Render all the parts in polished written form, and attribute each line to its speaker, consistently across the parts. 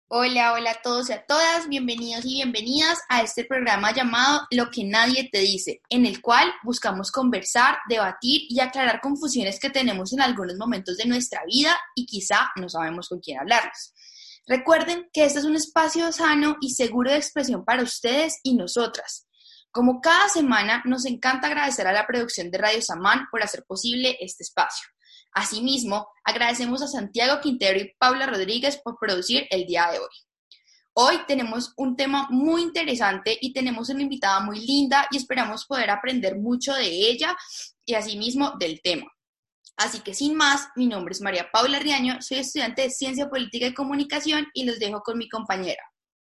Speaker 1: Hola, hola a todos y a todas, bienvenidos y bienvenidas a este programa llamado Lo que nadie te dice, en el cual buscamos conversar, debatir y aclarar confusiones que tenemos en algunos momentos de nuestra vida y quizá no sabemos con quién hablarlos. Recuerden que este es un espacio sano y seguro de expresión para ustedes y nosotras. Como cada semana, nos encanta agradecer a la producción de Radio Samán por hacer posible este espacio. Asimismo, agradecemos a Santiago Quintero y Paula Rodríguez por producir el día de hoy. Hoy tenemos un tema muy interesante y tenemos una invitada muy linda y esperamos poder aprender mucho de ella y asimismo del tema. Así que sin más, mi nombre es María Paula Riaño, soy estudiante de Ciencia Política y Comunicación y los dejo con mi compañera.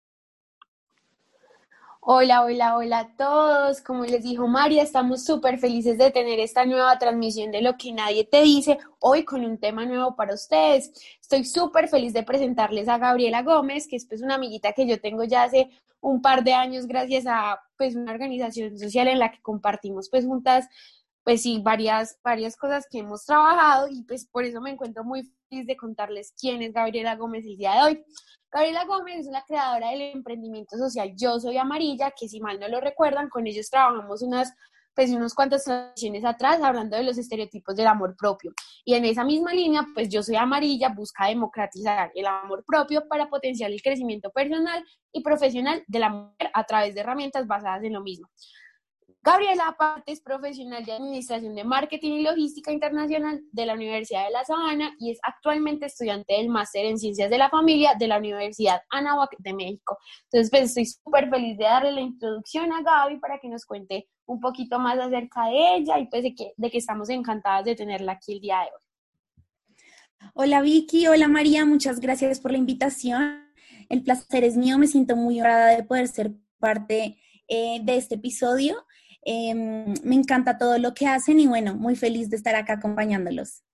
Speaker 2: Hola, hola, hola a todos. Como les dijo María, estamos súper felices de tener esta nueva transmisión de Lo que nadie te dice, hoy con un tema nuevo para ustedes. Estoy súper feliz de presentarles a Gabriela Gómez, que es pues una amiguita que yo tengo ya hace un par de años gracias a pues una organización social en la que compartimos pues juntas pues sí, varias cosas que hemos trabajado y pues por eso me encuentro muy feliz de contarles quién es Gabriela Gómez el día de hoy. Gabriela Gómez es la creadora del emprendimiento social Yo Soy Amarilla, que si mal no lo recuerdan, con ellos trabajamos unos cuantas transmisiones atrás hablando de los estereotipos del amor propio. Y en esa misma línea, pues Yo Soy Amarilla busca democratizar el amor propio para potenciar el crecimiento personal y profesional de la mujer a través de herramientas basadas en lo mismo. Gabriela aparte es profesional de Administración de Marketing y Logística Internacional de la Universidad de La Sabana y es actualmente estudiante del Máster en Ciencias de la Familia de la Universidad Anáhuac de México. Entonces, pues estoy súper feliz de darle la introducción a Gaby para que nos cuente un poquito más acerca de ella y pues de que estamos encantadas de tenerla aquí el día de hoy.
Speaker 3: Hola Vicky, hola María, muchas gracias por la invitación. El placer es mío, me siento muy honrada de poder ser parte de este episodio. Me encanta todo lo que hacen y bueno, muy feliz de estar acá acompañándolos.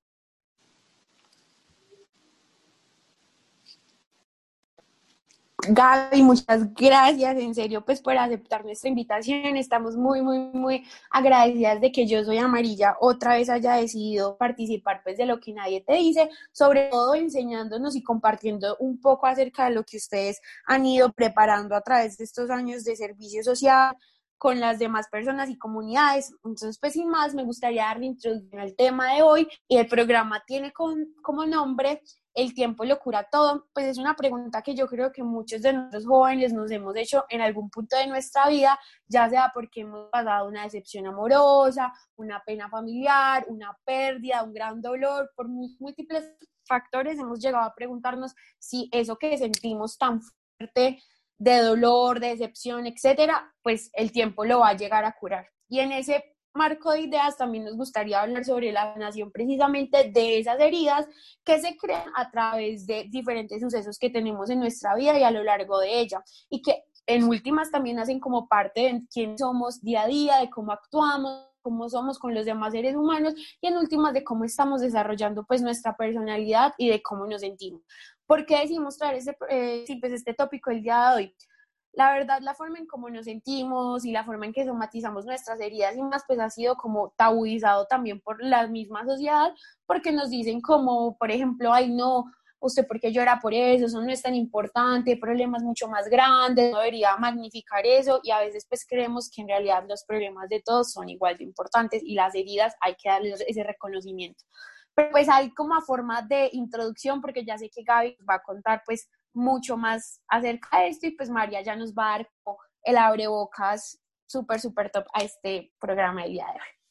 Speaker 2: Gaby, muchas gracias, en serio, pues por aceptar nuestra invitación. Estamos muy agradecidas de que Yo Soy Amarilla otra vez haya decidido participar pues de Lo que nadie te dice, sobre todo enseñándonos y compartiendo un poco acerca de lo que ustedes han ido preparando a través de estos años de servicio social con las demás personas y comunidades. Entonces, pues sin más, me gustaría darle introducción al tema de hoy y el programa tiene como nombre ¿El tiempo lo cura todo? Pues es una pregunta que yo creo que muchos de nosotros jóvenes nos hemos hecho en algún punto de nuestra vida, ya sea porque hemos pasado una decepción amorosa, una pena familiar, una pérdida, un gran dolor, por múltiples factores hemos llegado a preguntarnos si eso que sentimos tan fuerte de dolor, de decepción, etcétera, pues el tiempo lo va a llegar a curar. Y en ese marco de ideas también nos gustaría hablar sobre la sanación precisamente de esas heridas que se crean a través de diferentes sucesos que tenemos en nuestra vida y a lo largo de ella y que en últimas también hacen como parte de quién somos día a día, de cómo actuamos, cómo somos con los demás seres humanos y en últimas de cómo estamos desarrollando pues nuestra personalidad y de cómo nos sentimos. ¿Por qué decidimos traer este tópico el día de hoy? La verdad, la forma en cómo nos sentimos y la forma en que somatizamos nuestras heridas y más, pues ha sido como tabuizado también por la misma sociedad, porque nos dicen como, por ejemplo, ay no, usted por qué llora por eso no es tan importante, problemas mucho más grandes, no debería magnificar eso y a veces pues creemos que en realidad los problemas de todos son igual de importantes y las heridas hay que darles ese reconocimiento. Pero pues hay como a forma de introducción, porque ya sé que Gaby va a contar pues mucho más acerca de esto y pues María ya nos va a dar como el abrebocas súper top a este programa del día de hoy.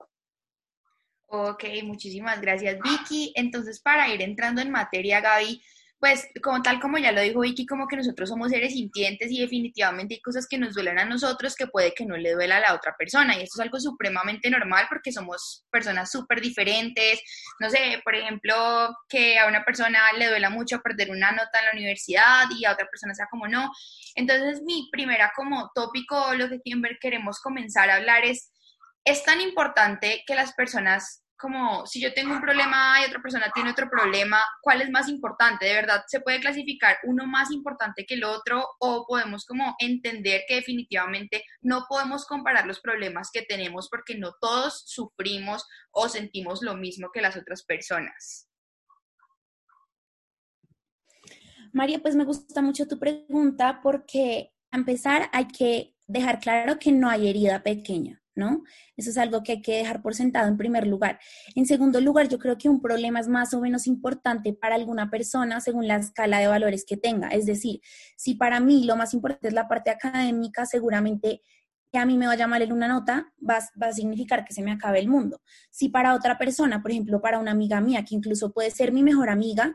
Speaker 1: Ok, muchísimas gracias Vicky. Entonces, para ir entrando en materia, Gaby, pues como tal como ya lo dijo Vicky, como que nosotros somos seres sintientes y definitivamente hay cosas que nos duelen a nosotros que puede que no le duela a la otra persona y esto es algo supremamente normal porque somos personas súper diferentes. No sé, por ejemplo, que a una persona le duela mucho perder una nota en la universidad y a otra persona sea como no. Entonces, mi primera como tópico, lo que queremos comenzar a hablar es tan importante que las personas, como si yo tengo un problema y otra persona tiene otro problema, ¿cuál es más importante? ¿De verdad se puede clasificar uno más importante que el otro o podemos como entender que definitivamente no podemos comparar los problemas que tenemos porque no todos sufrimos o sentimos lo mismo que las otras personas?
Speaker 3: María, pues me gusta mucho tu pregunta porque a empezar hay que dejar claro que no hay herida pequeña, ¿no? Eso es algo que hay que dejar por sentado en primer lugar. En segundo lugar, yo creo que un problema es más o menos importante para alguna persona según la escala de valores que tenga. Es decir, si para mí lo más importante es la parte académica, seguramente que a mí me vaya mal en una nota va a significar que se me acabe el mundo. Si para otra persona, por ejemplo, para una amiga mía, que incluso puede ser mi mejor amiga,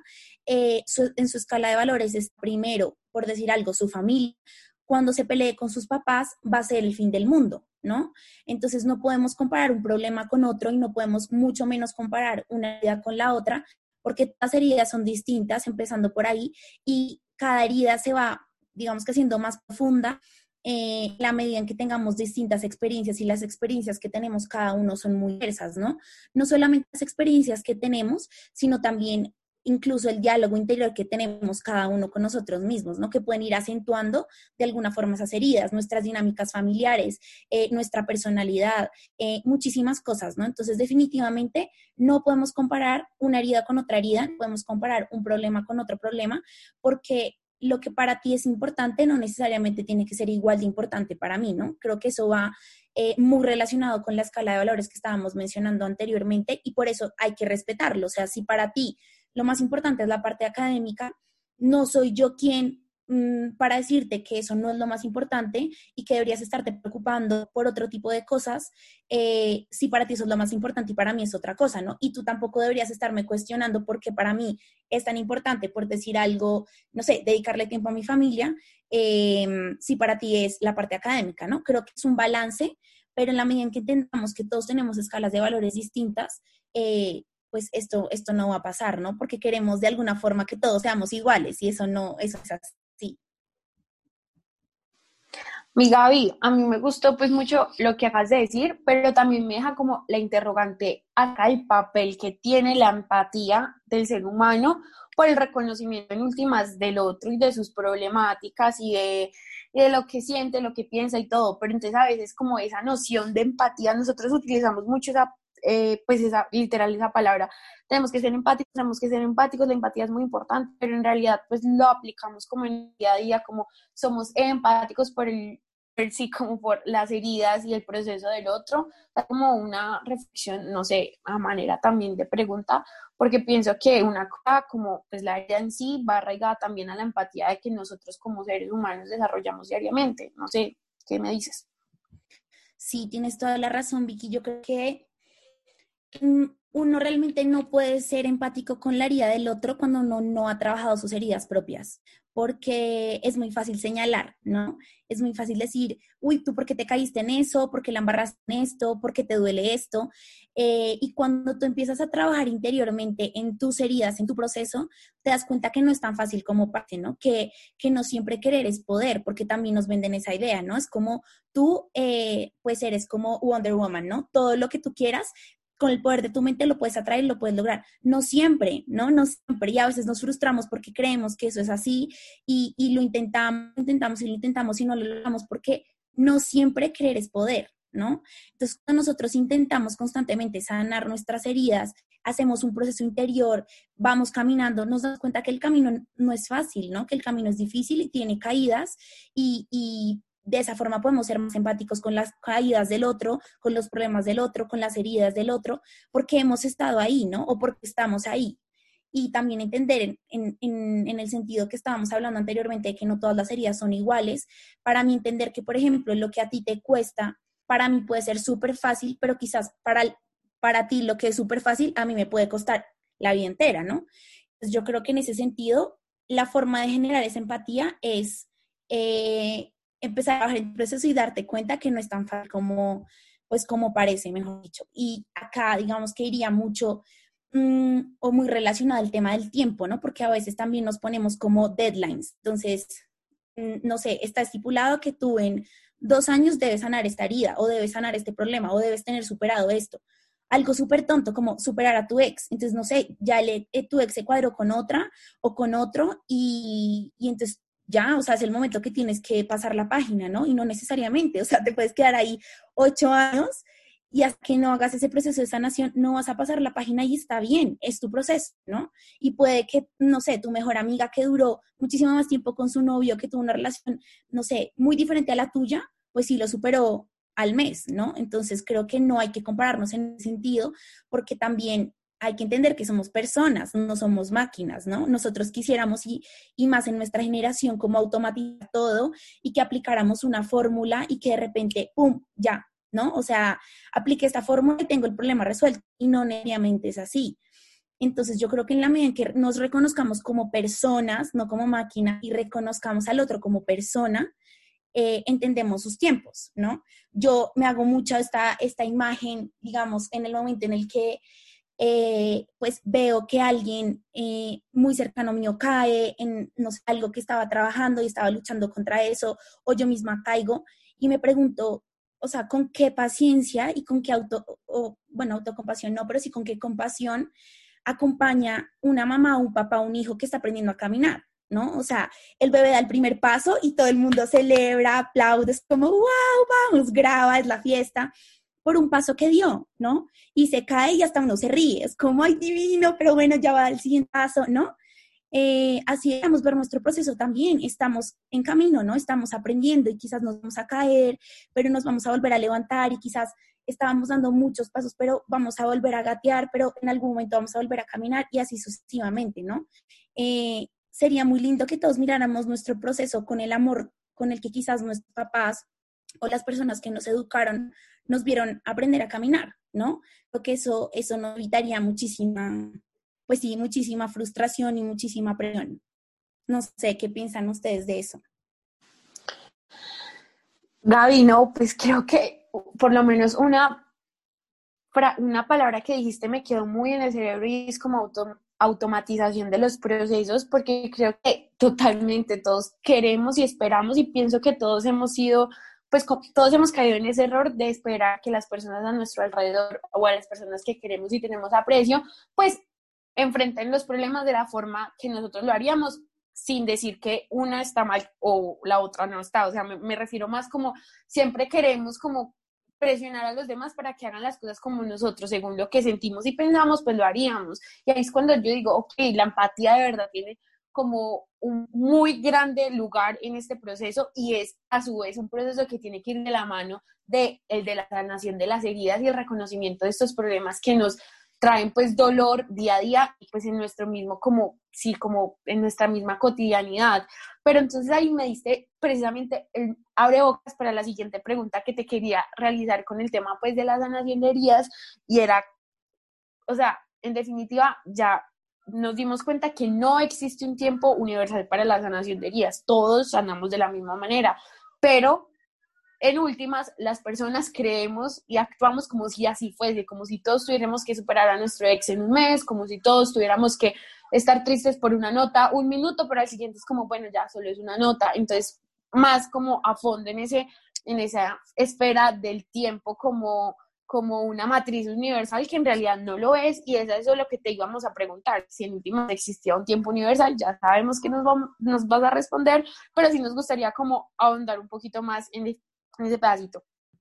Speaker 3: en su escala de valores es primero, por decir algo, su familia, cuando se pelee con sus papás va a ser el fin del mundo, ¿no? Entonces no podemos comparar un problema con otro y no podemos mucho menos comparar una herida con la otra, porque todas las heridas son distintas, empezando por ahí, y cada herida se va, digamos que siendo más profunda la medida en que tengamos distintas experiencias y las experiencias que tenemos cada uno son muy diversas, ¿no? No solamente las experiencias que tenemos, sino también incluso el diálogo interior que tenemos cada uno con nosotros mismos, ¿no? Que pueden ir acentuando de alguna forma esas heridas, nuestras dinámicas familiares, nuestra personalidad, muchísimas cosas, ¿no? Entonces, definitivamente no podemos comparar una herida con otra herida, no podemos comparar un problema con otro problema, porque lo que para ti es importante no necesariamente tiene que ser igual de importante para mí, ¿no? Creo que eso va muy relacionado con la escala de valores que estábamos mencionando anteriormente y por eso hay que respetarlo. O sea, si para ti lo más importante es la parte académica, no soy yo quien para decirte que eso no es lo más importante y que deberías estarte preocupando por otro tipo de cosas, si para ti eso es lo más importante y para mí es otra cosa, ¿no? Y tú tampoco deberías estarme cuestionando por qué para mí es tan importante, por decir algo, no sé, dedicarle tiempo a mi familia, si para ti es la parte académica, ¿no? Creo que es un balance, pero en la medida en que entendamos que todos tenemos escalas de valores distintas, pues esto no va a pasar, ¿no? Porque queremos de alguna forma que todos seamos iguales y eso no, eso es así.
Speaker 2: Mi Gaby, a mí me gustó pues mucho lo que acabas de decir, pero también me deja como la interrogante acá el papel que tiene la empatía del ser humano por el reconocimiento en últimas del otro y de sus problemáticas y de lo que siente, lo que piensa y todo. Pero entonces a veces como esa noción de empatía, nosotros utilizamos mucho esa, pues esa, literal esa palabra. Tenemos que ser empáticos, la empatía es muy importante, pero en realidad pues lo aplicamos como en el día a día, como somos empáticos por sí como por las heridas y el proceso del otro, como una reflexión, no sé, a manera también de pregunta, porque pienso que una cosa como pues la herida en sí va arraigada también a la empatía de que nosotros como seres humanos desarrollamos diariamente. No sé, ¿qué me dices?
Speaker 3: Sí, tienes toda la razón, Vicky. Yo creo que uno realmente no puede ser empático con la herida del otro cuando uno no ha trabajado sus heridas propias, porque es muy fácil señalar, ¿no? Es muy fácil decir, uy, ¿tú por qué te caíste en eso? ¿Por qué la embarraste en esto? ¿Por qué te duele esto? Y cuando tú empiezas a trabajar interiormente en tus heridas, en tu proceso, te das cuenta que no es tan fácil como parece, ¿no? Que no siempre querer es poder, porque también nos venden esa idea, ¿no? Es como tú, pues eres como Wonder Woman, ¿no? Todo lo que tú quieras con el poder de tu mente lo puedes atraer, lo puedes lograr. No siempre, ¿no? No siempre. Y a veces nos frustramos porque creemos que eso es así y lo intentamos y lo intentamos y no lo logramos porque no siempre creer es poder, ¿no? Entonces, cuando nosotros intentamos constantemente sanar nuestras heridas, hacemos un proceso interior, vamos caminando, nos damos cuenta que el camino no es fácil, ¿no? Que el camino es difícil y tiene caídas y de esa forma podemos ser más empáticos con las caídas del otro, con los problemas del otro, con las heridas del otro, porque hemos estado ahí, ¿no? O porque estamos ahí. Y también entender en el sentido que estábamos hablando anteriormente de que no todas las heridas son iguales, para mí entender que, por ejemplo, lo que a ti te cuesta, para mí puede ser súper fácil, pero quizás para ti lo que es súper fácil, a mí me puede costar la vida entera, ¿no? Entonces yo creo que en ese sentido, la forma de generar esa empatía es empezar a trabajar en el proceso y darte cuenta que no es tan fácil como, pues como parece, mejor dicho. Y acá, digamos que iría mucho o muy relacionado al tema del tiempo, ¿no? Porque a veces también nos ponemos como deadlines. Entonces, no sé, está estipulado que tú en 2 años debes sanar esta herida o debes sanar este problema o debes tener superado esto. Algo súper tonto como superar a tu ex. Entonces, no sé, ya tu ex se cuadró con otra o con otro y entonces ya, o sea, es el momento que tienes que pasar la página, ¿no? Y no necesariamente, o sea, te puedes quedar ahí 8 años y hasta que no hagas ese proceso de sanación, no vas a pasar la página y está bien, es tu proceso, ¿no? Y puede que, no sé, tu mejor amiga que duró muchísimo más tiempo con su novio, que tuvo una relación, no sé, muy diferente a la tuya, pues sí lo superó al mes, ¿no? Entonces creo que no hay que compararnos en ese sentido, porque también hay que entender que somos personas, no somos máquinas, ¿no? Nosotros quisiéramos, y más en nuestra generación, como automatizar todo y que aplicáramos una fórmula y que de repente, ¡pum!, ya, ¿no? O sea, apliqué esta fórmula y tengo el problema resuelto, y no necesariamente es así. Entonces yo creo que en la medida en que nos reconozcamos como personas, no como máquina, y reconozcamos al otro como persona, entendemos sus tiempos, ¿no? Yo me hago mucho esta imagen, digamos, en el momento en el que pues veo que alguien muy cercano mío cae en, no sé, algo que estaba trabajando y estaba luchando contra eso, o yo misma caigo, y me pregunto, o sea, con qué paciencia y con qué autocompasión no, pero sí con qué compasión acompaña una mamá, un papá, un hijo que está aprendiendo a caminar, ¿no? O sea, el bebé da el primer paso y todo el mundo celebra, aplaude, es como, wow, vamos, graba, es la fiesta, por un paso que dio, ¿no? Y se cae y hasta uno se ríe, es como, ay, divino, pero bueno, ya va al siguiente paso, ¿no? Así debemos ver nuestro proceso también, estamos en camino, ¿no? Estamos aprendiendo y quizás nos vamos a caer, pero nos vamos a volver a levantar y quizás estábamos dando muchos pasos, pero vamos a volver a gatear, pero en algún momento vamos a volver a caminar y así sucesivamente, ¿no? Sería muy lindo que todos miráramos nuestro proceso con el amor con el que quizás nuestros papás o las personas que nos educaron nos vieron aprender a caminar, ¿no? Porque eso nos evitaría muchísima, pues sí, muchísima frustración y muchísima presión. No sé, ¿qué piensan ustedes de eso?
Speaker 2: Gaby, no, pues creo que por lo menos una palabra que dijiste me quedó muy en el cerebro y es como automatización de los procesos, porque creo que totalmente todos queremos y esperamos, y pienso que todos hemos sido, pues todos hemos caído en ese error de esperar que las personas a nuestro alrededor o a las personas que queremos y tenemos aprecio, pues enfrenten los problemas de la forma que nosotros lo haríamos, sin decir que una está mal o la otra no está. O sea, me refiero más como siempre queremos como presionar a los demás para que hagan las cosas como nosotros, según lo que sentimos y pensamos, pues lo haríamos. Y ahí es cuando yo digo, ok, la empatía de verdad tiene como un muy grande lugar en este proceso, y es a su vez un proceso que tiene que ir de la mano de la sanación de las heridas y el reconocimiento de estos problemas que nos traen pues dolor día a día y pues en nuestro mismo como, sí, como en nuestra misma cotidianidad. Pero entonces ahí me diste precisamente el abre bocas para la siguiente pregunta que te quería realizar con el tema pues de la sanación de heridas, y era, o sea, en definitiva ya nos dimos cuenta que no existe un tiempo universal para la sanación de heridas, todos sanamos de la misma manera, pero en últimas, las personas creemos y actuamos como si así fuese, como si todos tuviéramos que superar a nuestro ex en un mes, como si todos tuviéramos que estar tristes por una nota un minuto, pero al siguiente es como, bueno, ya solo es una nota. Entonces, más como a fondo en esa esfera del tiempo como una matriz universal, que en realidad no lo es, y es eso lo que te íbamos a preguntar. Si en últimas existía un tiempo universal, ya sabemos que nos vas a responder, pero sí nos gustaría como ahondar un poquito más en ese pedacito.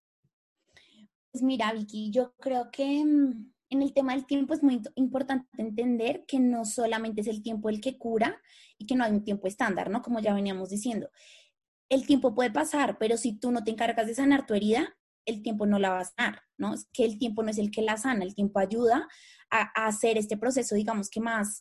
Speaker 3: Pues mira, Vicky, yo creo que en el tema del tiempo es muy importante entender que no solamente es el tiempo el que cura y que no hay un tiempo estándar, ¿no? Como ya veníamos diciendo. El tiempo puede pasar, pero si tú no te encargas de sanar tu herida, el tiempo no la va a sanar, ¿no? Es que el tiempo no es el que la sana, el tiempo ayuda a hacer este proceso, digamos que más,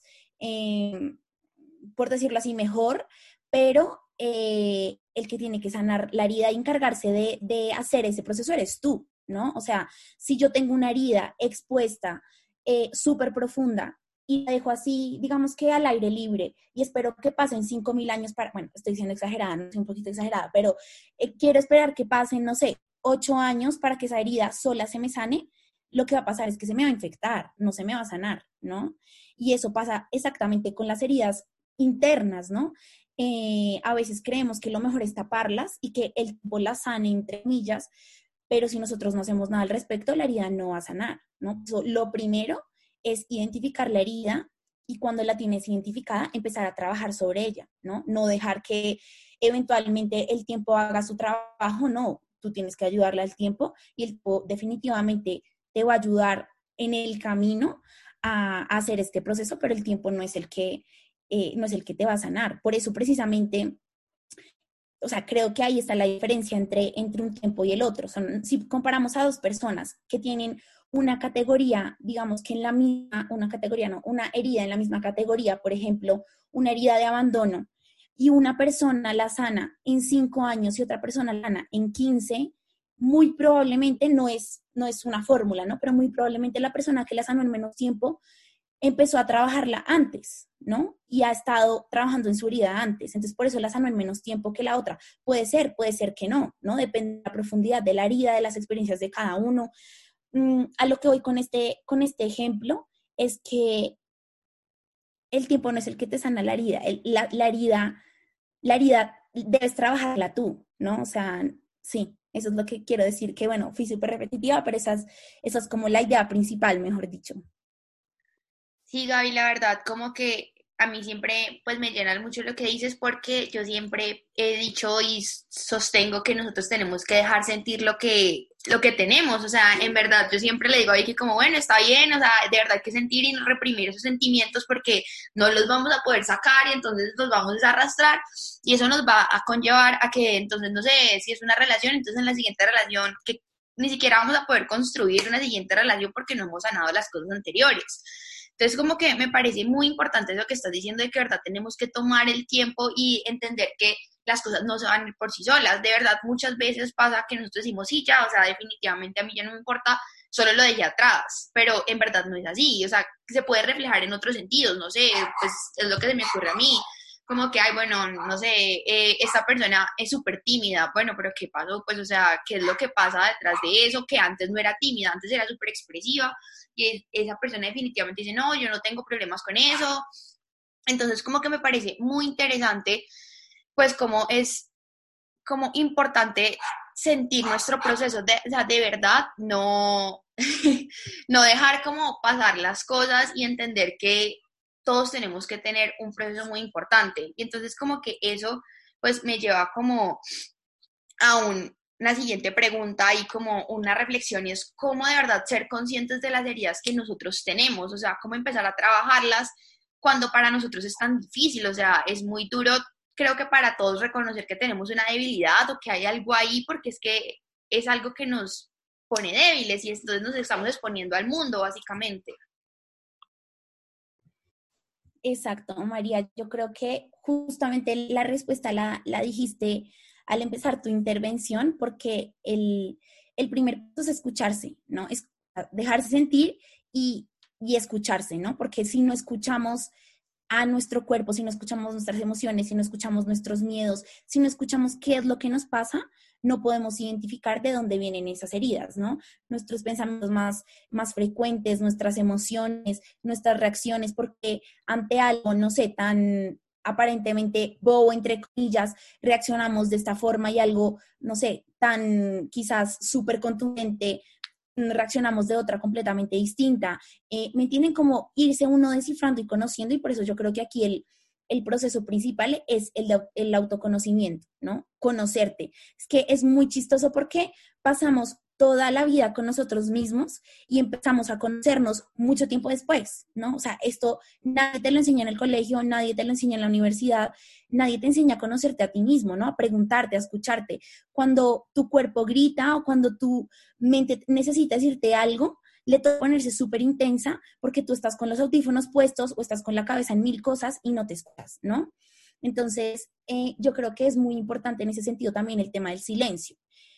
Speaker 3: por decirlo así, mejor, pero el que tiene que sanar la herida y encargarse de hacer ese proceso eres tú, ¿no? O sea, si yo tengo una herida expuesta, súper profunda, y la dejo así, digamos que al aire libre, y espero que pasen 5.000 años para, bueno, estoy siendo exagerada, no soy un poquito exagerada, pero quiero esperar que pasen, no sé, 8 años para que esa herida sola se me sane, lo que va a pasar es que se me va a infectar, no se me va a sanar, ¿no? Y eso pasa exactamente con las heridas internas, ¿no? A veces creemos que lo mejor es taparlas y que el tiempo las sane, entre comillas, pero si nosotros no hacemos nada al respecto, la herida no va a sanar, ¿no? Lo primero es identificar la herida, y cuando la tienes identificada, empezar a trabajar sobre ella, ¿no? No dejar que eventualmente el tiempo haga su trabajo, no. tú tienes que ayudarle al tiempo y el tiempo definitivamente te va a ayudar en el camino a hacer este proceso, pero el tiempo no es el que te va a sanar. Por eso precisamente, o sea, creo que ahí está la diferencia entre un tiempo y el otro. Si comparamos a dos personas que tienen una categoría, digamos que en la misma, una categoría no, una herida en la misma categoría, por ejemplo, una herida de abandono, y una persona la sana en 5 años y otra persona la sana en 15, muy probablemente no es una fórmula, ¿no? Pero muy probablemente la persona que la sanó en menos tiempo empezó a trabajarla antes, ¿no? Y ha estado trabajando en su herida antes. Entonces, por eso la sanó en menos tiempo que la otra. Puede ser que no, ¿no? Depende de la profundidad de la herida, de las experiencias de cada uno. A lo que voy con este ejemplo es que el tiempo no es el que te sana la herida. La herida debes trabajarla tú, ¿no? O sea, sí, eso es lo que quiero decir, que bueno, fui súper repetitiva, pero esa es como la idea principal, mejor dicho.
Speaker 1: Sí, Gaby, la verdad, como que a mí siempre pues me llena mucho lo que dices porque yo siempre he dicho y sostengo que nosotros tenemos que dejar sentir lo que tenemos, o sea, en verdad yo siempre le digo a Vicky como, bueno, está bien, o sea, de verdad hay que sentir y no reprimir esos sentimientos porque no los vamos a poder sacar y entonces los vamos a arrastrar y eso nos va a conllevar a que entonces, no sé, si es una relación, entonces en la siguiente relación que ni siquiera vamos a poder construir una siguiente relación porque no hemos sanado las cosas anteriores. Entonces, como que me parece muy importante eso que estás diciendo de que, de verdad, tenemos que tomar el tiempo y entender que las cosas no se van a ir por sí solas. De verdad, muchas veces pasa que nosotros decimos, sí, ya, o sea, definitivamente a mí ya no me importa, solo lo dejé atrás, pero en verdad no es así. O sea, se puede reflejar en otros sentidos, no sé, pues es lo que se me ocurre a mí. Como que, ay, bueno, no sé, esta persona es súper tímida. Bueno, pero ¿qué pasó? Pues, o sea, ¿qué es lo que pasa detrás de eso? Que antes no era tímida, antes era súper expresiva y esa persona definitivamente dice, no, yo no tengo problemas con eso. Entonces, como que me parece muy interesante, pues como es como importante sentir nuestro proceso, o sea, de verdad, no, no dejar como pasar las cosas y entender que todos tenemos que tener un proceso muy importante. Y entonces como que eso pues me lleva como a una siguiente pregunta y como una reflexión y es cómo de verdad ser conscientes de las heridas que nosotros tenemos, o sea, cómo empezar a trabajarlas cuando para nosotros es tan difícil, o sea, es muy duro, creo que para todos reconocer que tenemos una debilidad o que hay algo ahí porque es que es algo que nos pone débiles y entonces nos estamos exponiendo al mundo básicamente.
Speaker 3: Exacto, María. Yo creo que justamente la respuesta la dijiste al empezar tu intervención, porque el primer paso es escucharse, ¿no? Es dejarse sentir y, y escucharse, ¿no? Porque si no escuchamos a nuestro cuerpo, si no escuchamos nuestras emociones, si no escuchamos nuestros miedos, si no escuchamos qué es lo que nos pasa, no podemos identificar de dónde vienen esas heridas, ¿no? Nuestros pensamientos más frecuentes, nuestras emociones, nuestras reacciones, porque ante algo, no sé, tan aparentemente bobo, entre comillas, reaccionamos de esta forma y algo, no sé, tan quizás súper contundente, reaccionamos de otra completamente distinta. Me tienen como irse uno descifrando y conociendo y por eso yo creo que aquí el proceso principal es el autoconocimiento, ¿no? Conocerte. Es que es muy chistoso porque pasamos toda la vida con nosotros mismos y empezamos a conocernos mucho tiempo después, ¿no? O sea, esto nadie te lo enseña en el colegio, nadie te lo enseña en la universidad, nadie te enseña a conocerte a ti mismo, ¿no? A preguntarte, a escucharte. Cuando tu cuerpo grita o cuando tu mente necesita decirte algo, le toca ponerse súper intensa porque tú estás con los audífonos puestos o estás con la cabeza en mil cosas y no te escuchas, ¿no? Entonces, yo creo que es muy importante en ese sentido también el tema del silencio.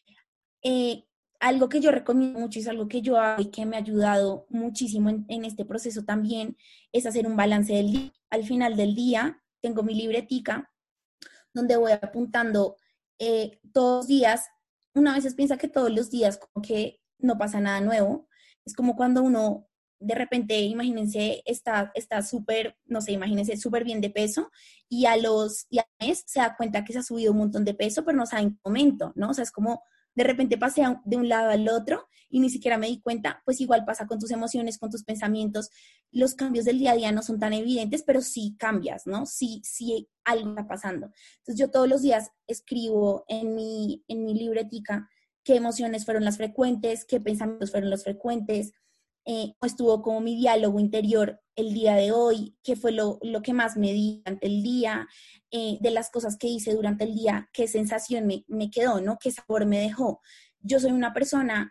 Speaker 3: Eh, Algo que yo recomiendo mucho y es algo que yo hago y que me ha ayudado muchísimo en este proceso también es hacer un balance del día. Al final del día tengo mi libretica donde voy apuntando todos los días. Una vez piensa que todos los días como que no pasa nada nuevo. Es como cuando uno de repente, imagínense, está súper, no sé, imagínense súper bien de peso y al mes se da cuenta que se ha subido un montón de peso, pero no sabe en qué momento, ¿no? O sea, es como de repente pasé de un lado al otro y ni siquiera me di cuenta, pues igual pasa con tus emociones, con tus pensamientos. Los cambios del día a día no son tan evidentes, pero sí cambias, ¿no? Sí algo está pasando. Entonces yo todos los días escribo en mi libretica qué emociones fueron las frecuentes, qué pensamientos fueron los frecuentes, cómo estuvo como mi diálogo interior el día de hoy, qué fue lo que más me di durante el día, de las cosas que hice durante el día, qué sensación me quedó, ¿no? Qué sabor me dejó. Yo soy una persona,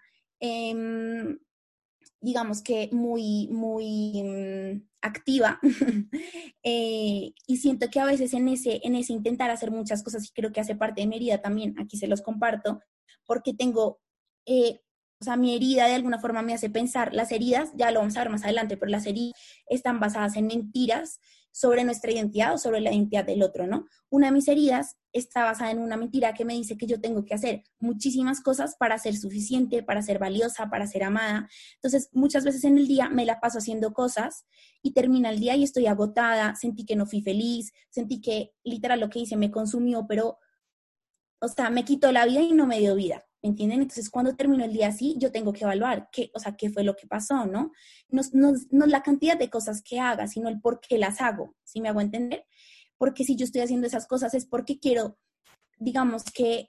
Speaker 3: digamos que muy activa y siento que a veces en ese intentar hacer muchas cosas, y creo que hace parte de mi herida también, aquí se los comparto, porque tengo, o sea, mi herida de alguna forma me hace pensar, las heridas, ya lo vamos a ver más adelante, pero las heridas están basadas en mentiras sobre nuestra identidad o sobre la identidad del otro, ¿no? Una de mis heridas está basada en una mentira que me dice que yo tengo que hacer muchísimas cosas para ser suficiente, para ser valiosa, para ser amada. Entonces, muchas veces en el día me la paso haciendo cosas y termina el día y estoy agotada, sentí que no fui feliz, sentí que literal lo que hice me consumió, pero, o sea, me quitó la vida y no me dio vida. ¿Me entienden? Entonces, cuando termino el día así, yo tengo que evaluar qué, o sea, qué fue lo que pasó, ¿no? No la cantidad de cosas que haga, sino el por qué las hago, ¿sí me hago entender? Porque si yo estoy haciendo esas cosas es porque quiero, digamos que,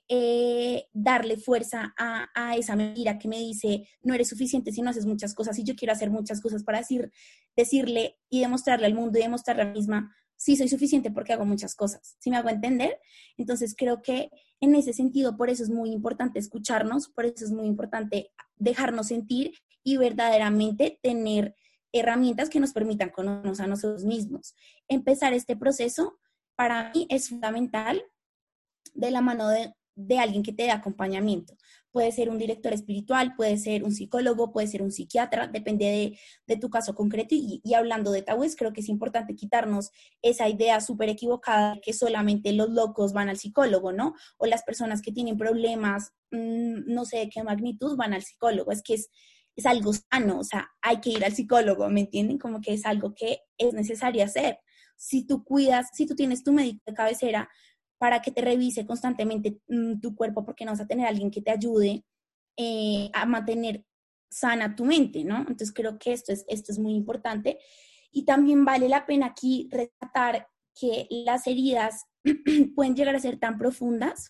Speaker 3: darle fuerza a esa mentira que me dice, no eres suficiente si no haces muchas cosas, y yo quiero hacer muchas cosas para decirle y demostrarle al mundo y demostrarle a mí misma, sí soy suficiente porque hago muchas cosas, ¿sí me hago entender? Entonces creo que en ese sentido, por eso es muy importante escucharnos, por eso es muy importante dejarnos sentir y verdaderamente tener herramientas que nos permitan conocernos a nosotros mismos. Empezar este proceso para mí es fundamental de la mano de alguien que te dé acompañamiento. Puede ser un director espiritual, puede ser un psicólogo, puede ser un psiquiatra, depende de tu caso concreto. Y hablando de tabúes, creo que es importante quitarnos esa idea súper equivocada de que solamente los locos van al psicólogo, ¿no? O las personas que tienen problemas, no sé de qué magnitud, van al psicólogo. Es que es algo sano, o sea, hay que ir al psicólogo, ¿me entienden? Como que es algo que es necesario hacer. Si tú cuidas, si tú tienes tu médico de cabecera, para que te revise constantemente tu cuerpo, porque no vas a tener a alguien que te ayude a mantener sana tu mente, ¿no? Entonces creo que esto es muy importante. Y también vale la pena aquí rescatar que las heridas pueden llegar a ser tan profundas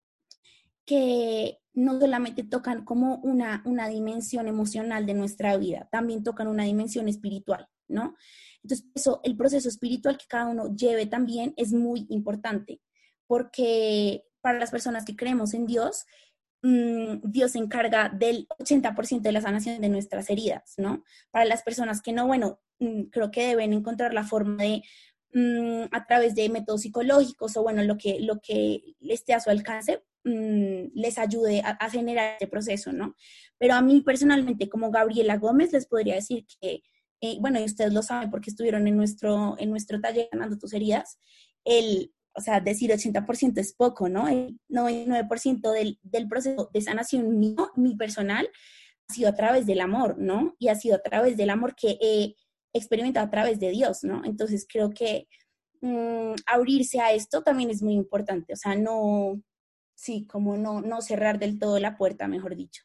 Speaker 3: que no solamente tocan como una dimensión emocional de nuestra vida, también tocan una dimensión espiritual, ¿no? Entonces, eso, el proceso espiritual que cada uno lleve también es muy importante, porque para las personas que creemos en Dios, Dios se encarga del 80% de la sanación de nuestras heridas, ¿no? Para las personas que no, bueno, creo que deben encontrar la forma de, a través de métodos psicológicos o bueno, lo que esté a su alcance, les ayude a generar este proceso, ¿no? Pero a mí personalmente, como Gabriela Gómez, les podría decir que, bueno, y ustedes lo saben porque estuvieron en nuestro taller Sanando tus heridas, o sea, decir 80% es poco, ¿no? El 99% del proceso de sanación mío, mi personal, ha sido a través del amor, ¿no? Y ha sido a través del amor que he experimentado a través de Dios, ¿no? Entonces creo que abrirse a esto también es muy importante, o sea, no, sí, como no cerrar del todo la puerta, mejor dicho.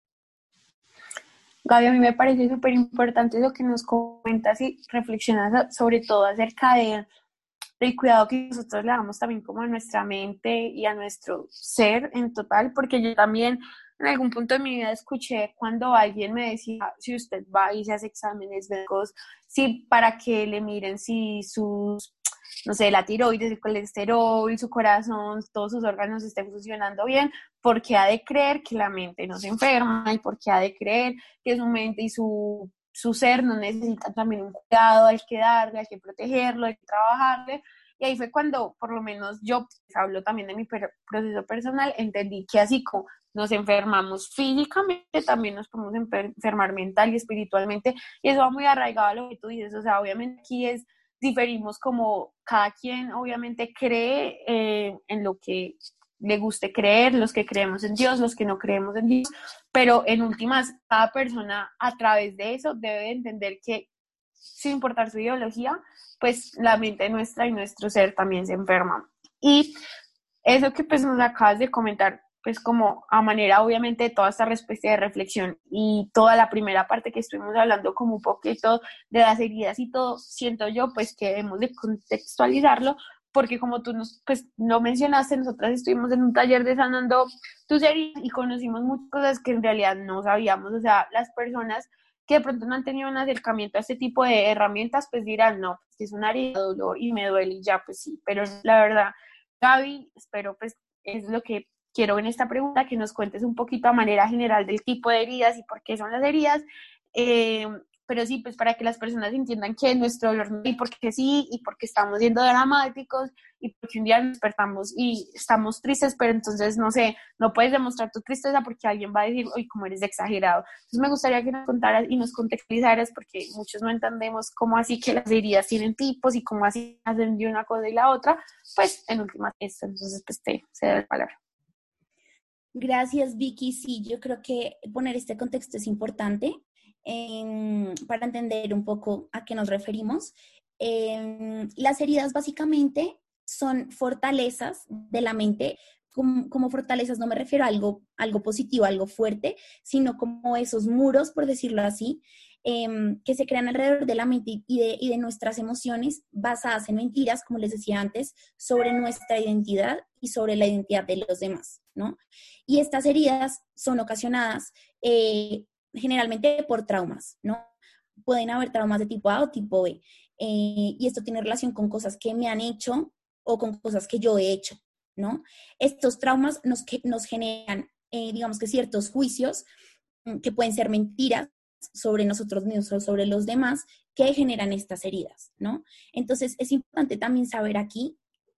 Speaker 2: Gaby, a mí me parece súper importante lo que nos comentas y reflexionas sobre todo acerca del cuidado que nosotros le damos también como a nuestra mente y a nuestro ser en total, porque yo también en algún punto de mi vida escuché cuando alguien me decía, si usted va y se hace exámenes médicos, sí, para que le miren si sus, no sé, la tiroides, el colesterol, su corazón, todos sus órganos estén funcionando bien, porque ha de creer que la mente no se enferma y porque ha de creer que su mente y su ser no necesitan también un cuidado, hay que darle, hay que protegerlo, hay que trabajarle. Y ahí fue cuando, por lo menos yo, pues, hablo también de mi proceso personal, entendí que así como nos enfermamos físicamente, también nos podemos enfermar mental y espiritualmente, y eso va muy arraigado a lo que tú dices, o sea, obviamente aquí diferimos como cada quien obviamente cree en lo que le guste creer, los que creemos en Dios, los que no creemos en Dios, pero en últimas, cada persona a través de eso debe entender que, sin importar su ideología, pues la mente nuestra y nuestro ser también se enferman. Y eso que pues nos acabas de comentar, pues como a manera obviamente de toda esta respuesta de reflexión y toda la primera parte que estuvimos hablando como un poquito de las heridas y todo, siento yo pues que debemos de contextualizarlo porque como tú pues, no mencionaste, nosotras estuvimos en un taller de Sanando tus heridas y conocimos muchas cosas que en realidad no sabíamos. O sea, las personas que de pronto no han tenido un acercamiento a este tipo de herramientas, pues dirán, no, pues es una herida de dolor y me duele y ya, pues sí. Pero la verdad, Gaby, espero pues es lo que quiero en esta pregunta, que nos cuentes un poquito a manera general del tipo de heridas y por qué son las heridas. Pero sí, pues para que las personas entiendan que nuestro dolor no es porque sí y porque estamos siendo dramáticos y porque un día nos despertamos y estamos tristes, pero entonces, no sé, no puedes demostrar tu tristeza porque alguien va a decir, uy, cómo eres exagerado. Entonces me gustaría que nos contaras y nos contextualizaras porque muchos no entendemos cómo así que las heridas tienen tipos y cómo así hacen de una cosa y la otra, pues en última esto, entonces pues te cedo la palabra.
Speaker 3: Gracias, Vicky. Sí, yo creo que poner este contexto es importante para entender un poco a qué nos referimos. Las heridas básicamente son fortalezas de la mente. Como fortalezas no me refiero a algo positivo, algo fuerte, sino como esos muros, por decirlo así, que se crean alrededor de la mente y de nuestras emociones basadas en mentiras, como les decía antes, sobre nuestra identidad y sobre la identidad de los demás, ¿no? Y estas heridas son ocasionadas generalmente por traumas, ¿no? Pueden haber traumas de tipo A o tipo B. Y esto tiene relación con cosas que me han hecho o con cosas que yo he hecho, ¿no? Estos traumas nos generan, digamos que ciertos juicios que pueden ser mentiras sobre nosotros mismos o sobre los demás que generan estas heridas, ¿no? Entonces es importante también saber aquí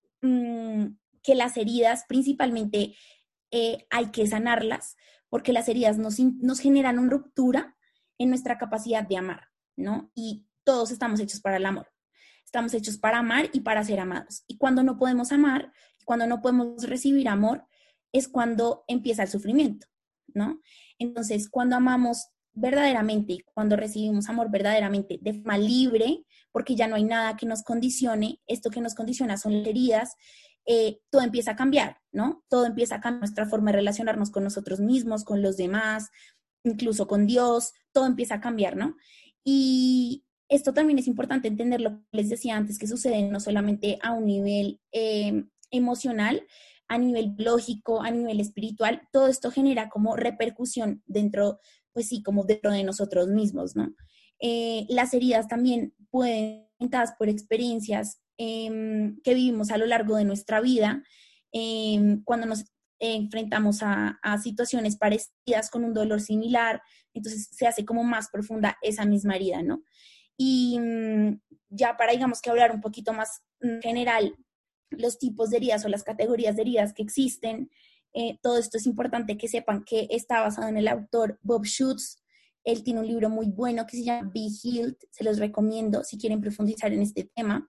Speaker 3: que las heridas principalmente hay que sanarlas porque las heridas nos generan una ruptura en nuestra capacidad de amar, ¿no? Y todos estamos hechos para el amor. Estamos hechos para amar y para ser amados. Y cuando no podemos amar, cuando no podemos recibir amor, es cuando empieza el sufrimiento, ¿no? Entonces, cuando amamos verdaderamente y cuando recibimos amor verdaderamente de forma libre, porque ya no hay nada que nos condicione, esto que nos condiciona son las heridas, todo empieza a cambiar, ¿no? Todo empieza a cambiar nuestra forma de relacionarnos con nosotros mismos, con los demás, incluso con Dios, todo empieza a cambiar, ¿no? Y esto también es importante entender lo que les decía antes, que sucede no solamente a un nivel emocional, a nivel lógico, a nivel espiritual, todo esto genera como repercusión dentro, pues sí, como dentro de nosotros mismos, ¿no? Las heridas también pueden ser dadas por experiencias que vivimos a lo largo de nuestra vida, cuando nos enfrentamos a situaciones parecidas con un dolor similar, entonces se hace como más profunda esa misma herida, ¿no? Y ya para, digamos, que hablar un poquito más general, los tipos de heridas o las categorías de heridas que existen, todo esto es importante que sepan que está basado en el autor Bob Schutz. Él tiene un libro muy bueno que se llama Be Healed, se los recomiendo si quieren profundizar en este tema.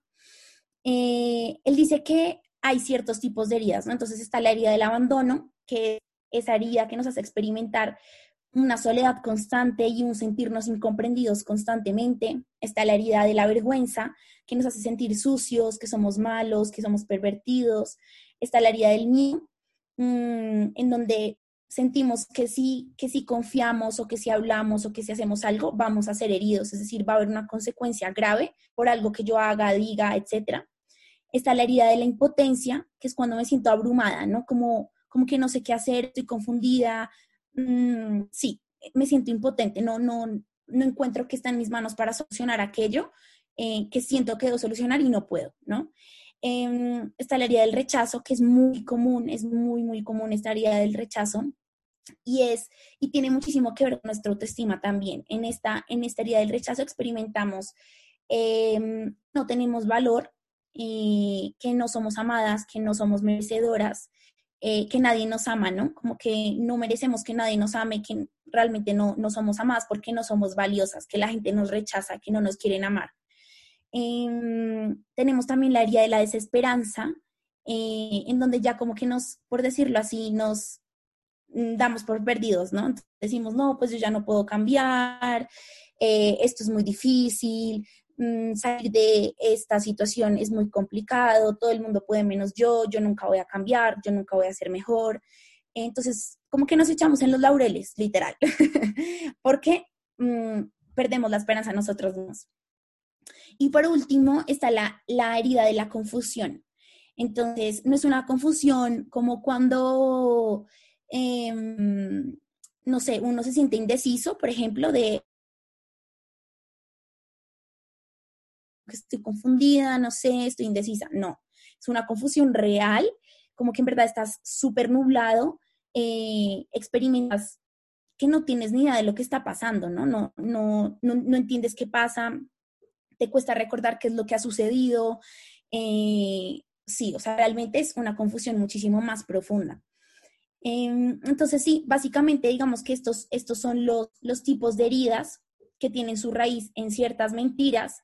Speaker 3: Él dice que hay ciertos tipos de heridas, ¿no? Entonces está la herida del abandono, que es esa herida que nos hace experimentar una soledad constante y un sentirnos incomprendidos constantemente. Está la herida de la vergüenza, que nos hace sentir sucios, que somos malos, que somos pervertidos. Está la herida del miedo, en donde sentimos que sí confiamos o que si hablamos o que si hacemos algo, vamos a ser heridos, es decir, va a haber una consecuencia grave por algo que yo haga, diga, etcétera. Está la herida de la impotencia, que es cuando me siento abrumada, ¿no? Como que no sé qué hacer, estoy confundida, sí, me siento impotente, no encuentro que está en mis manos para solucionar aquello que siento que debo solucionar y no puedo, ¿no? Está la herida del rechazo, que es muy común, es muy, muy común esta herida del rechazo, y tiene muchísimo que ver con nuestra autoestima también. En esta herida del rechazo experimentamos no tenemos valor, que no somos amadas, que no somos merecedoras, que nadie nos ama, ¿no? Como que no merecemos que nadie nos ame, que realmente no somos amadas porque no somos valiosas, que la gente nos rechaza, que no nos quieren amar. Tenemos también la herida de la desesperanza, en donde ya como que por decirlo así, nos damos por perdidos, ¿no? Entonces decimos, no, pues yo ya no puedo cambiar, esto es muy difícil, salir de esta situación es muy complicado, todo el mundo puede menos yo nunca voy a cambiar, yo nunca voy a ser mejor. Entonces, como que nos echamos en los laureles, literal, porque perdemos la esperanza nosotros mismos. Y por último está la herida de la confusión. Entonces, no es una confusión como cuando, no sé, uno se siente indeciso, por ejemplo, de que estoy confundida, no sé, estoy indecisa. No, es una confusión real, como que en verdad estás súper nublado, experimentas que no tienes ni idea de lo que está pasando, ¿no? No entiendes qué pasa, te cuesta recordar qué es lo que ha sucedido. Sí, o sea, realmente es una confusión muchísimo más profunda. Entonces, sí, básicamente digamos que estos son los tipos de heridas que tienen su raíz en ciertas mentiras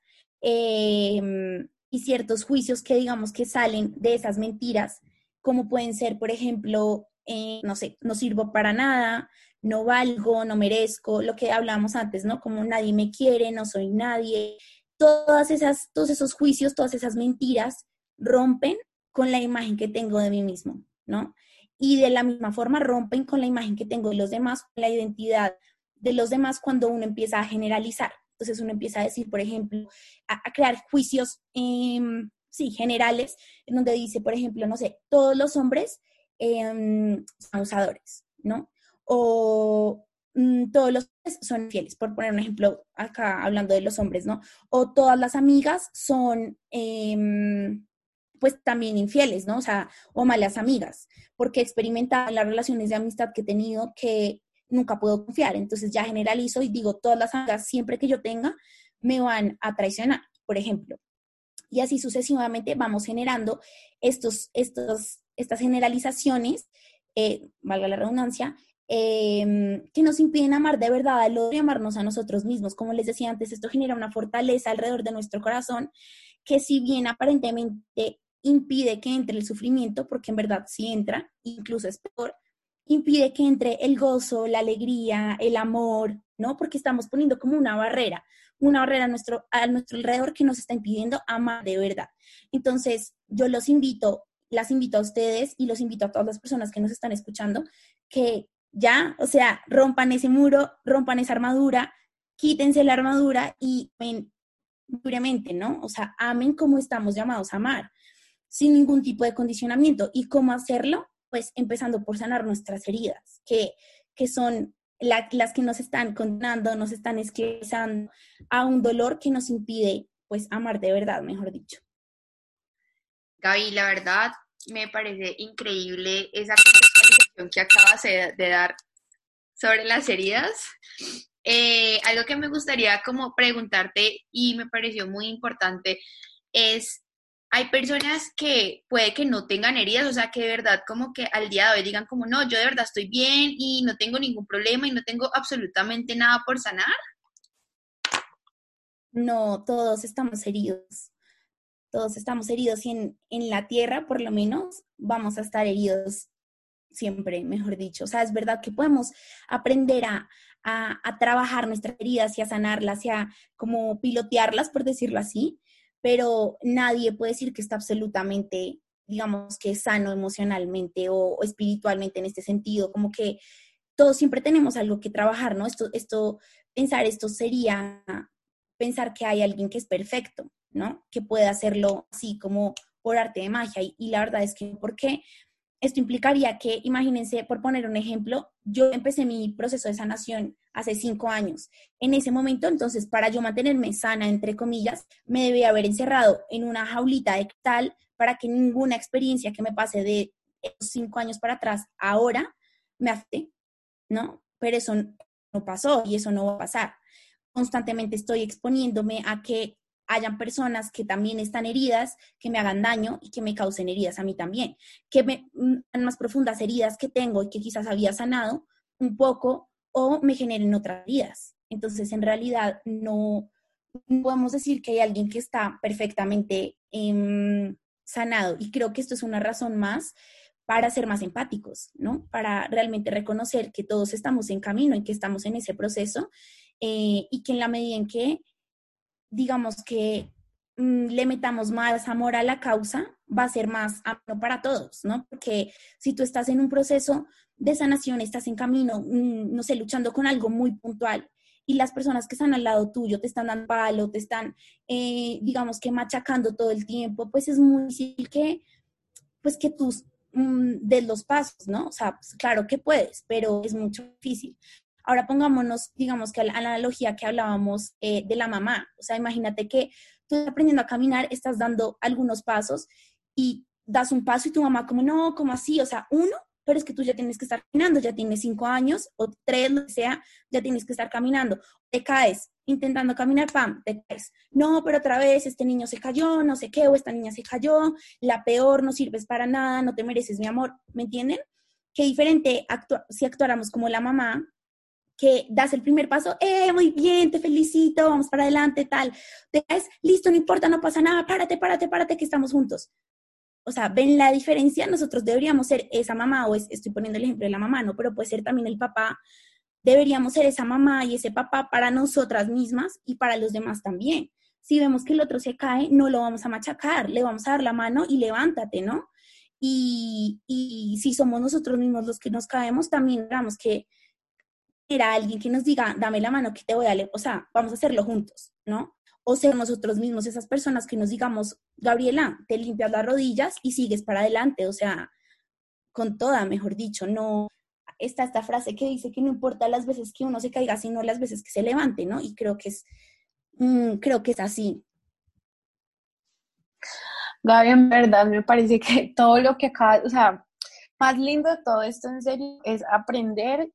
Speaker 3: y ciertos juicios que digamos que salen de esas mentiras, como pueden ser, por ejemplo, no sé, no sirvo para nada, no valgo, no merezco, lo que hablamos antes, ¿no? Como nadie me quiere, no soy nadie. Todos esos juicios, todas esas mentiras rompen con la imagen que tengo de mí mismo, ¿no? Y de la misma forma rompen con la imagen que tengo de los demás, con la identidad de los demás cuando uno empieza a generalizar. Entonces uno empieza a decir, por ejemplo, a crear juicios, sí, generales, en donde dice, por ejemplo, no sé, todos los hombres son abusadores, ¿no? O todos los hombres son infieles, por poner un ejemplo acá hablando de los hombres, ¿no? O todas las amigas son, pues también infieles, ¿no? O sea, o malas amigas, porque he experimentado en las relaciones de amistad que he tenido que nunca puedo confiar, entonces ya generalizo y digo, todas las amigas, siempre que yo tenga, me van a traicionar, por ejemplo. Y así sucesivamente vamos generando estas generalizaciones, valga la redundancia, que nos impiden amar de verdad al otro y amarnos a nosotros mismos. Como les decía antes, esto genera una fortaleza alrededor de nuestro corazón que si bien aparentemente impide que entre el sufrimiento, porque en verdad sí entra, incluso es peor, impide que entre el gozo, la alegría, el amor, ¿no? Porque estamos poniendo como una barrera a nuestro alrededor que nos está impidiendo amar de verdad. Entonces, yo las invito a ustedes y los invito a todas las personas que nos están escuchando que ya, o sea, rompan ese muro, rompan esa armadura, quítense la armadura y ven libremente, ¿no? O sea, amen como estamos llamados a amar, sin ningún tipo de condicionamiento. ¿Y cómo hacerlo? Pues empezando por sanar nuestras heridas, que son las que nos están condenando, nos están esclavizando a un dolor que nos impide, pues, amar de verdad, mejor dicho.
Speaker 1: Gaby, la verdad me parece increíble esa contextualización que acabas de dar sobre las heridas. Algo que me gustaría como preguntarte y me pareció muy importante es, hay personas que puede que no tengan heridas, o sea, que de verdad como que al día de hoy digan como, no, yo de verdad estoy bien y no tengo ningún problema y no tengo absolutamente nada por sanar.
Speaker 3: No, todos estamos heridos y en la tierra, por lo menos, vamos a estar heridos siempre, mejor dicho. O sea, es verdad que podemos aprender a trabajar nuestras heridas y a sanarlas y a como pilotearlas, por decirlo así, pero nadie puede decir que está absolutamente, digamos, que sano emocionalmente o espiritualmente en este sentido, como que todos siempre tenemos algo que trabajar, ¿no? Pensar esto sería pensar que hay alguien que es perfecto, ¿no? Que puede hacerlo así como por arte de magia. Y la verdad es que, ¿por qué? Esto implicaría que, imagínense, por poner un ejemplo, yo empecé mi proceso de sanación hace 5 años. En ese momento, entonces, para yo mantenerme sana, entre comillas, me debía haber encerrado en una jaulita de cristal para que ninguna experiencia que me pase de esos 5 años para atrás, ahora, me afecte, ¿no? Pero eso no pasó y eso no va a pasar. Constantemente estoy exponiéndome a que hayan personas que también están heridas, que me hagan daño y que me causen heridas a mí también, que me más profundas heridas que tengo y que quizás había sanado un poco o me generen otras heridas. Entonces, en realidad, no podemos decir que hay alguien que está perfectamente sanado. Y creo que esto es una razón más para ser más empáticos, ¿no? Para realmente reconocer que todos estamos en camino y que estamos en ese proceso y que en la medida en que digamos que le metamos más amor a la causa, va a ser más ameno para todos, ¿no? Porque si tú estás en un proceso de sanación, estás en camino, no sé, luchando con algo muy puntual y las personas que están al lado tuyo te están dando palo, te están, digamos que machacando todo el tiempo, pues es muy difícil que pues que tú des los pasos, ¿no? O sea, pues, claro que puedes, pero es mucho difícil. Ahora pongámonos, digamos que a la analogía que hablábamos de la mamá. O sea, imagínate que tú estás aprendiendo a caminar, estás dando algunos pasos y das un paso y tu mamá como, no, como así, o sea, uno, pero es que tú ya tienes que estar caminando, ya tienes 5 años o 3, lo que sea, ya tienes que estar caminando. Te caes intentando caminar, pam, te caes. No, pero otra vez este niño se cayó, no sé qué, o esta niña se cayó, la peor, no sirves para nada, no te mereces mi amor, ¿me entienden? Qué diferente si actuáramos como la mamá, que das el primer paso, muy bien, te felicito, vamos para adelante, tal. Te caes, listo, no importa, no pasa nada, párate, párate, párate, que estamos juntos. O sea, ¿ven la diferencia? Nosotros deberíamos ser esa mamá, o estoy poniendo el ejemplo de la mamá, ¿no? Pero puede ser también el papá. Deberíamos ser esa mamá y ese papá para nosotras mismas y para los demás también. Si vemos que el otro se cae, no lo vamos a machacar, le vamos a dar la mano y levántate, ¿no? Y si somos nosotros mismos los que nos caemos, también digamos que era alguien que nos diga, dame la mano que te voy a leer, o sea, vamos a hacerlo juntos, ¿no? O ser nosotros mismos esas personas que nos digamos, Gabriela, te limpias las rodillas y sigues para adelante, o sea, con toda, mejor dicho, no. Está esta frase que dice que no importa las veces que uno se caiga, sino las veces que se levante, ¿no? Y creo que es así.
Speaker 2: Gaby, en verdad me parece que todo lo que acaba, o sea, más lindo de todo esto en serio es aprender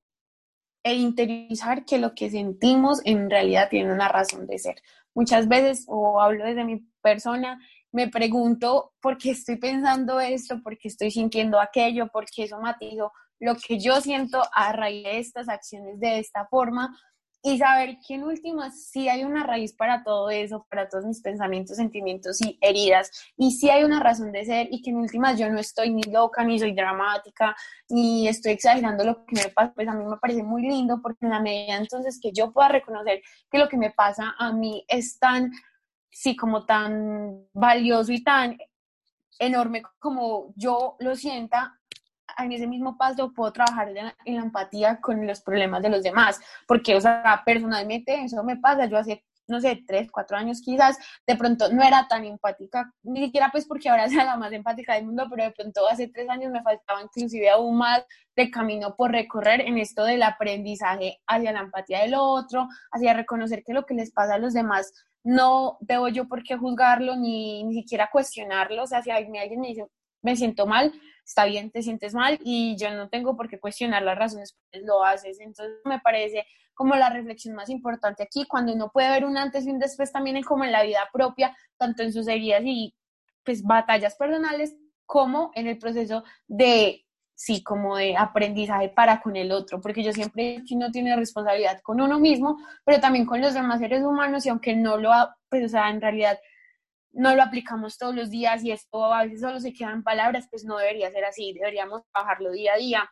Speaker 2: e interiorizar que lo que sentimos en realidad tiene una razón de ser. Muchas veces, o hablo desde mi persona, me pregunto por qué estoy pensando esto, por qué estoy sintiendo aquello, por qué somatizo lo que yo siento a raíz de estas acciones de esta forma, y saber que en últimas sí hay una raíz para todo eso, para todos mis pensamientos, sentimientos y heridas, y sí hay una razón de ser, y que en últimas yo no estoy ni loca, ni soy dramática, ni estoy exagerando lo que me pasa. Pues a mí me parece muy lindo, porque en la medida entonces que yo pueda reconocer que lo que me pasa a mí es tan, sí, como tan valioso y tan enorme como yo lo sienta, en ese mismo paso puedo trabajar en la empatía con los problemas de los demás, porque, o sea, personalmente eso me pasa. Yo hace, no sé, 3, 4 años quizás, de pronto no era tan empática, ni siquiera pues porque ahora sea la más empática del mundo, pero de pronto hace 3 años me faltaba inclusive aún más de camino por recorrer en esto del aprendizaje hacia la empatía del otro, hacia reconocer que lo que les pasa a los demás no debo yo por qué juzgarlo, ni siquiera cuestionarlo. O sea, si alguien me dice, me siento mal, está bien, te sientes mal y yo no tengo por qué cuestionar las razones por las que lo haces. Entonces me parece como la reflexión más importante aquí, cuando uno puede ver un antes y un después también como en la vida propia, tanto en sus heridas y pues batallas personales, como en el proceso de, sí, como de aprendizaje para con el otro, porque yo siempre digo que uno tiene responsabilidad con uno mismo, pero también con los demás seres humanos, y aunque no lo, pues, o sea, en realidad no lo aplicamos todos los días y esto a veces solo se quedan palabras, pues no debería ser así, deberíamos trabajarlo día a día.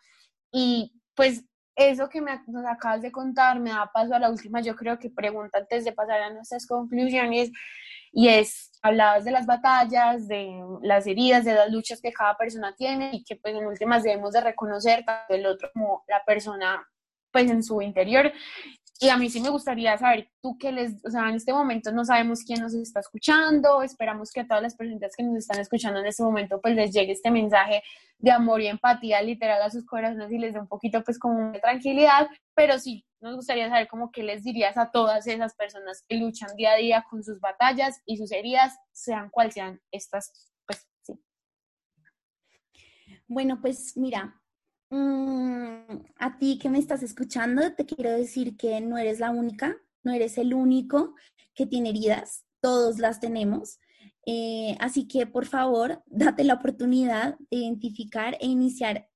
Speaker 2: Y pues eso que nos acabas de contar me da paso a la última, yo creo que pregunta antes de pasar a nuestras conclusiones, y es, hablabas de las batallas, de las heridas, de las luchas que cada persona tiene, y que pues en últimas debemos de reconocer tanto el otro como la persona pues en su interior. Y a mí sí me gustaría saber tú qué les, o sea, en este momento no sabemos quién nos está escuchando, esperamos que a todas las personas que nos están escuchando en este momento pues les llegue este mensaje de amor y empatía literal a sus corazones y les dé un poquito pues como de tranquilidad, pero sí nos gustaría saber como qué les dirías a todas esas personas que luchan día a día con sus batallas y sus heridas, sean cuales sean estas, pues sí.
Speaker 3: Bueno, pues mira, a ti que me estás escuchando, te quiero decir que no eres la única, no eres el único que tiene heridas, todos las tenemos. Así que por favor, date la oportunidad de identificar e iniciar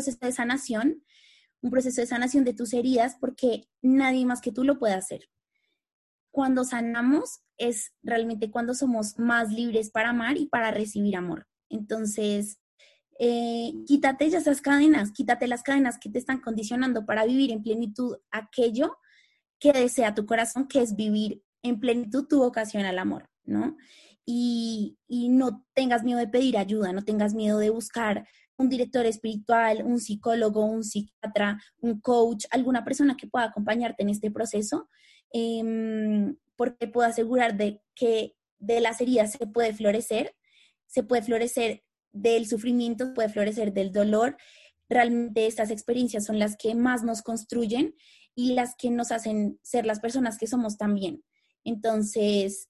Speaker 3: un proceso de sanación de tus heridas, porque nadie más que tú lo puede hacer. Cuando sanamos es realmente cuando somos más libres para amar y para recibir amor. Entonces, quítate ya esas cadenas, quítate las cadenas que te están condicionando para vivir en plenitud aquello que desea tu corazón, que es vivir en plenitud tu vocación al amor, ¿no? Y no tengas miedo de pedir ayuda, no tengas miedo de buscar un director espiritual, un psicólogo, un psiquiatra, un coach, alguna persona que pueda acompañarte en este proceso, porque puedo asegurar de que de las heridas se puede florecer del sufrimiento, puede florecer del dolor. Realmente estas experiencias son las que más nos construyen y las que nos hacen ser las personas que somos también. Entonces,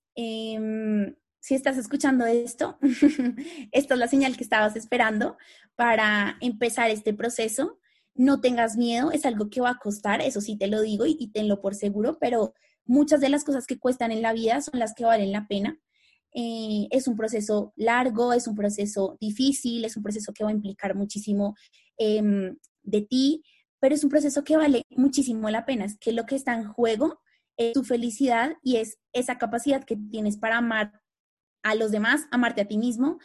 Speaker 3: si estás escuchando esto, esta es la señal que estabas esperando para empezar este proceso. No tengas miedo, es algo que va a costar, eso sí te lo digo y tenlo por seguro, pero muchas de las cosas que cuestan en la vida son las que valen la pena. Es un proceso largo, es un proceso difícil, es un proceso que va a implicar muchísimo de ti, pero es un proceso que vale muchísimo la pena. Es que lo que está en juego es tu felicidad y es esa capacidad que tienes para amar a los demás, amarte a ti mismo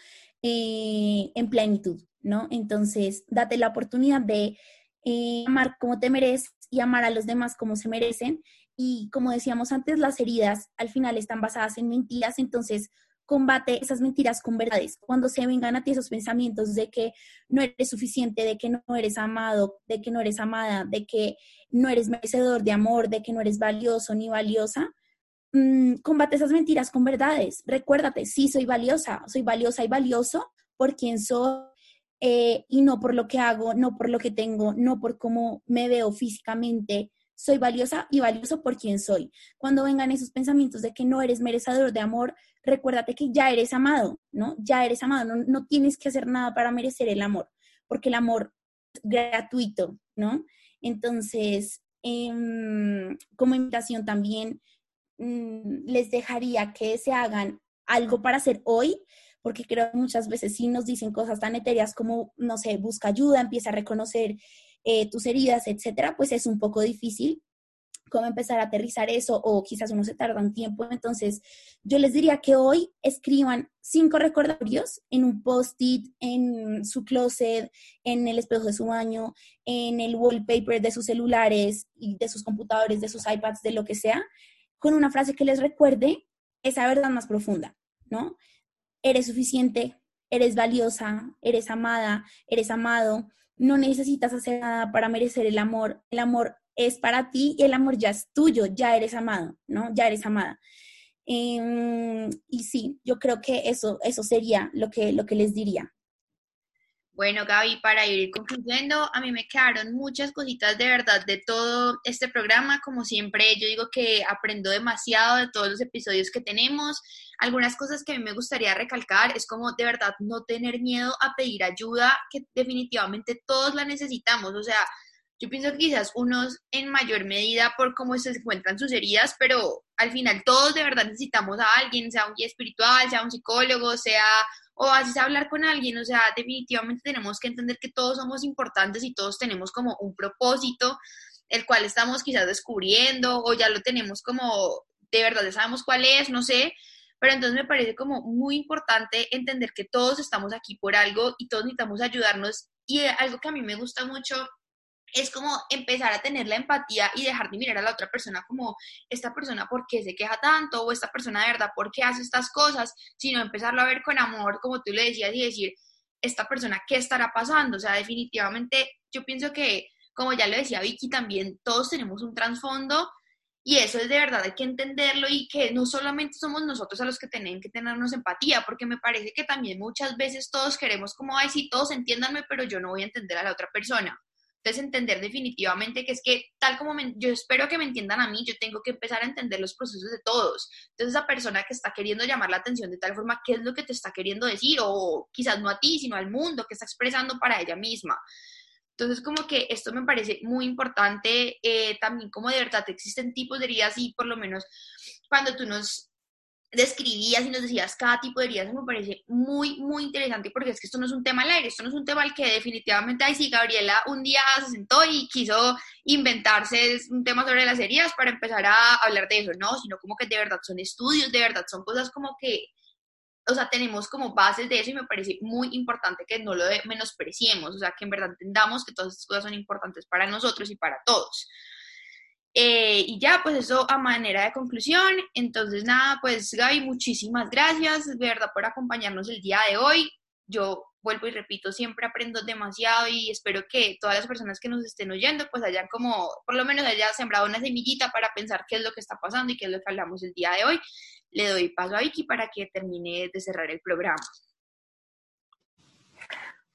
Speaker 3: en plenitud, ¿no? Entonces, date la oportunidad de amar como te mereces y amar a los demás como se merecen. Y como decíamos antes, las heridas al final están basadas en mentiras, entonces combate esas mentiras con verdades. Cuando se vengan a ti esos pensamientos de que no eres suficiente, de que no eres amado, de que no eres amada, de que no eres merecedor de amor, de que no eres valioso ni valiosa, combate esas mentiras con verdades. Recuérdate, sí, soy valiosa y valioso por quien soy, y no por lo que hago, no por lo que tengo, no por cómo me veo físicamente. Soy valiosa y valioso por quien soy. Cuando vengan esos pensamientos de que no eres merecedor de amor, recuérdate que ya eres amado, ¿no? Ya eres amado, no tienes que hacer nada para merecer el amor, porque el amor es gratuito, ¿no? Entonces, como invitación también, les dejaría que se hagan algo para hacer hoy, porque creo que muchas veces sí nos dicen cosas tan etéreas como, no sé, busca ayuda, empieza a reconocer tus heridas, etcétera, pues es un poco difícil cómo empezar a aterrizar eso, o quizás uno se tarda un tiempo. Entonces yo les diría que hoy escriban 5 recordatorios en un post-it, en su closet, en el espejo de su baño, en el wallpaper de sus celulares y de sus computadores, de sus iPads, de lo que sea, con una frase que les recuerde esa verdad más profunda, ¿no? Eres suficiente, eres valiosa, eres amada, eres amado, no necesitas hacer nada para merecer el amor es para ti y el amor ya es tuyo, ya eres amado, ¿no? Ya eres amada. Y sí, yo creo que eso sería lo que les diría.
Speaker 1: Bueno, Gaby, para ir concluyendo, a mí me quedaron muchas cositas de verdad de todo este programa. Como siempre, yo digo que aprendo demasiado de todos los episodios que tenemos. Algunas cosas que a mí me gustaría recalcar es como de verdad no tener miedo a pedir ayuda, que definitivamente todos la necesitamos. O sea, yo pienso que quizás unos en mayor medida por cómo se encuentran sus heridas, pero al final todos de verdad necesitamos a alguien, sea un guía espiritual, sea un psicólogo, sea o así es hablar con alguien. O sea, definitivamente tenemos que entender que todos somos importantes y todos tenemos como un propósito, el cual estamos quizás descubriendo o ya lo tenemos como, de verdad ya sabemos cuál es, no sé, pero entonces me parece como muy importante entender que todos estamos aquí por algo y todos necesitamos ayudarnos. Y algo que a mí me gusta mucho es como empezar a tener la empatía y dejar de mirar a la otra persona como esta persona por qué se queja tanto o esta persona de verdad por qué hace estas cosas, sino empezarlo a ver con amor, como tú le decías, y decir, esta persona qué estará pasando. O sea, definitivamente yo pienso que, como ya lo decía Vicky, también todos tenemos un trasfondo y eso es de verdad, hay que entenderlo y que no solamente somos nosotros a los que tienen que tenernos empatía, porque me parece que también muchas veces todos queremos como, ay, sí, todos entiéndanme, pero yo no voy a entender a la otra persona. Entonces, entender definitivamente que es que, tal como yo espero que me entiendan a mí, yo tengo que empezar a entender los procesos de todos. Entonces, esa persona que está queriendo llamar la atención de tal forma, ¿qué es lo que te está queriendo decir? O quizás no a ti, sino al mundo, que está expresando para ella misma. Entonces, como que esto me parece muy importante, también como de verdad existen tipos de heridas y por lo menos cuando tú nos describías y nos decías cada tipo de heridas, me parece muy, muy interesante porque es que esto no es un tema al aire, esto no es un tema al que definitivamente, ay sí, Gabriela un día se sentó y quiso inventarse un tema sobre las heridas para empezar a hablar de eso, no, sino como que de verdad son estudios, de verdad son cosas como que, o sea, tenemos como bases de eso y me parece muy importante que no lo menospreciemos, o sea, que en verdad entendamos que todas estas cosas son importantes para nosotros y para todos. Y ya, pues eso a manera de conclusión. Entonces, nada, pues Gaby, muchísimas gracias de verdad por acompañarnos el día de hoy. Yo vuelvo y repito, siempre aprendo demasiado y espero que todas las personas que nos estén oyendo pues hayan como, por lo menos haya sembrado una semillita para pensar qué es lo que está pasando y qué es lo que hablamos el día de hoy. Le doy paso a Vicky para que termine de cerrar el programa.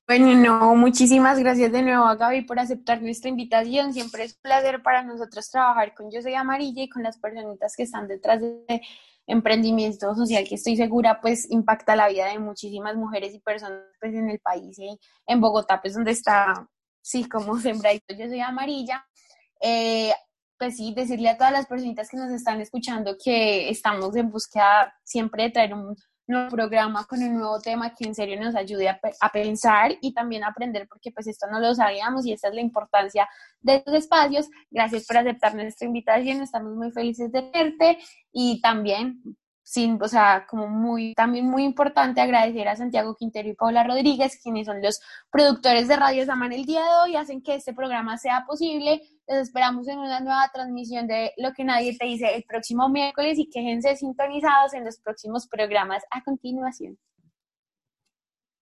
Speaker 2: Bueno, no, muchísimas gracias de nuevo a Gaby por aceptar nuestra invitación. Siempre es un placer para nosotros trabajar con Yo Soy Amarilla y con las personitas que están detrás de emprendimiento social que estoy segura pues impacta la vida de muchísimas mujeres y personas pues en el país y en Bogotá pues donde está, sí, como sembradito Yo Soy Amarilla. Eh, pues sí, decirle a todas las personitas que nos están escuchando que estamos en búsqueda siempre de traer un nuevo programa con un nuevo tema que en serio nos ayude a pensar y también a aprender, porque pues esto no lo sabíamos y esta es la importancia de estos espacios. Gracias por aceptar nuestra invitación, estamos muy felices de verte y también, sin, o sea, como también muy importante agradecer a Santiago Quintero y Paula Rodríguez, quienes son los productores de Radio Saman el día de hoy, hacen que este programa sea posible. Les esperamos en una nueva transmisión de Lo que nadie te dice el próximo miércoles y quédense sintonizados en los próximos programas a continuación.